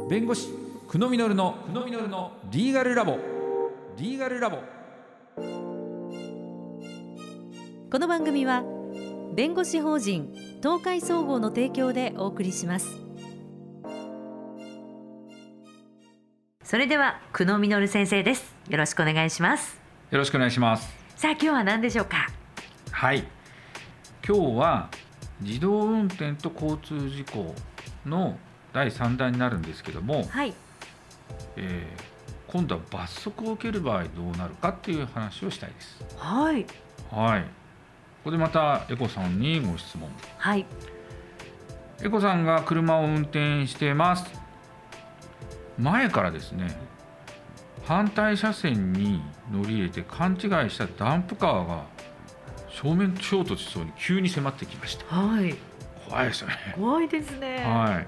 弁護士久野実のリーガルラボ。 この番組は弁護士法人東海総合の提供でお送りします。それでは久野実先生です。よろしくお願いします。 よろしくお願いします。 さあ今日は何でしょうか。 はい、今日は自動運転と交通事故の第3弾になるんですけども、 はい、 今度は罰則を受ける場合どうなるかっていう話をしたいです。 はい、 はい、ここでまたエコさんにご質問。 はい、 エコさんが車を運転してます。前からですね、反対車線に乗り入れて勘違いしたダンプカーが正面衝突しそうに急に迫ってきました。 はい、 怖いですよね。 怖いですね。 はい、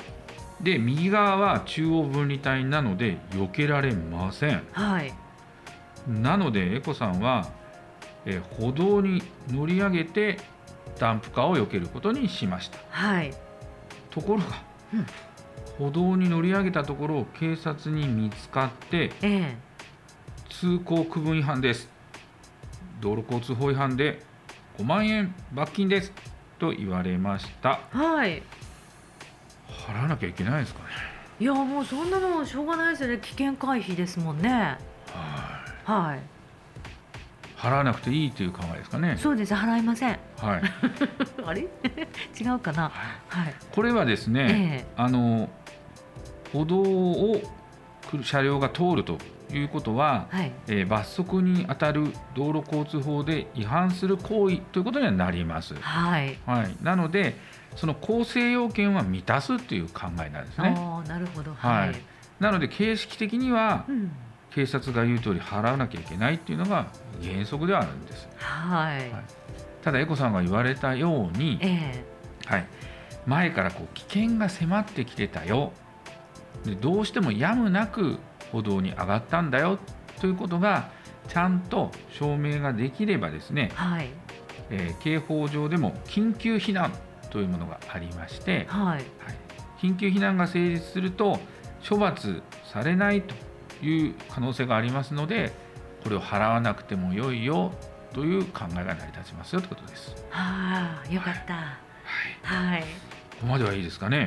で右側は中央分離帯なので避けられません。 はい、 なのでエコさんは、歩道に乗り上げてダンプカーを避けることにしました。 はい、 ところが、歩道に乗り上げたところを警察に見つかって、通行区分違反です、道路交通法違反で5万円罰金ですと言われました。 はい、 払わなきゃいけないですかね。 いやもうそんなのしょうがないですよね。危険回避ですもんね。はい、 払わなくていいという考えですかね。 そうです。払いません。 はい、 あれ違うかな。はい、 これはですね、歩道を車両が通るということは、罰則に当たる道路交通法で違反する行為ということにはなります。 はいはい、なのでその構成要件は満たすという考えなんですね。 なるほど。 はい、なので形式的には、警察が言う通り払わなきゃいけないというのが原則ではあるんです。 はい、 ただエコさんが言われたように、前から危険が迫ってきてたよ、でどうしてもやむなく歩道に上がったんだよということがちゃんと証明ができればですね、刑法上でも緊急避難というものがありまして、緊急避難が成立すると処罰されないという可能性がありますので、これを払わなくてもよいよという考えが成り立ちますよということです。 よかった。 ここまではいいですかね。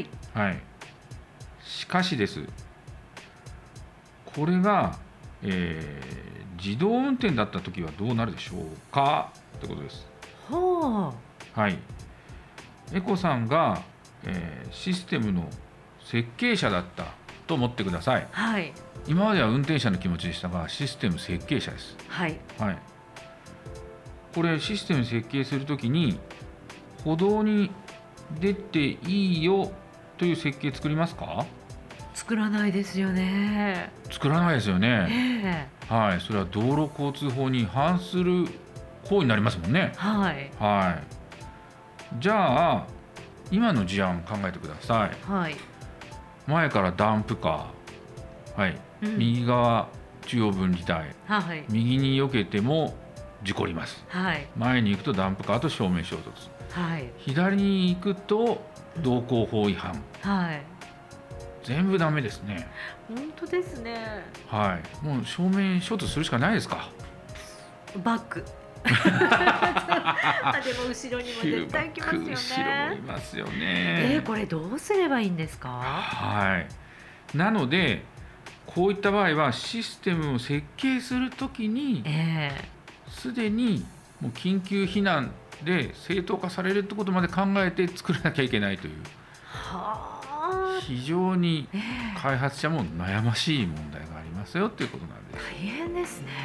しかしです、これが、自動運転だったときはどうなるでしょうかということです。エコさんが、システムの設計者だったと思ってください。今までは運転者の気持ちでしたが、システム設計者です。これシステム設計するときに歩道に出ていいよという設計作りますか？ 作らないですよね。 作らないですよね。それは道路交通法に違反する行為になりますもんね。じゃあ今の事案考えてください。前からダンプカー、右側中央分離帯、右に避けても事故ります。前に行くとダンプカーと正面衝突、左に行くと道交法違反、全部ダメですね。 本当ですね。 もう正面衝突するしかないですか。 バックでも後ろにも絶対来ますよね。 後ろもいますよね。 これどうすればいいんですか？ なのでこういった場合はシステムを設計するときに、すでにもう緊急避難で正当化されるってことまで考えて作らなきゃいけないという、非常に開発者も悩ましい問題がありますよということなんです。 大変ですね。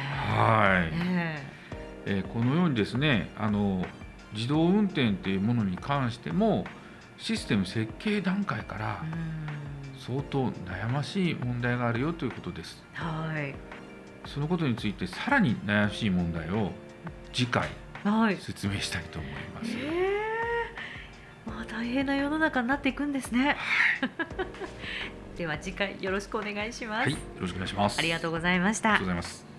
このようにですね、自動運転というものに関してもシステム設計段階から相当悩ましい問題があるよということです。そのことについてさらに悩ましい問題を次回説明したいと思います。 大変な世の中になっていくんですね。では次回よろしくお願いします。 よろしくお願いします。 ありがとうございました。 ありがとうございます。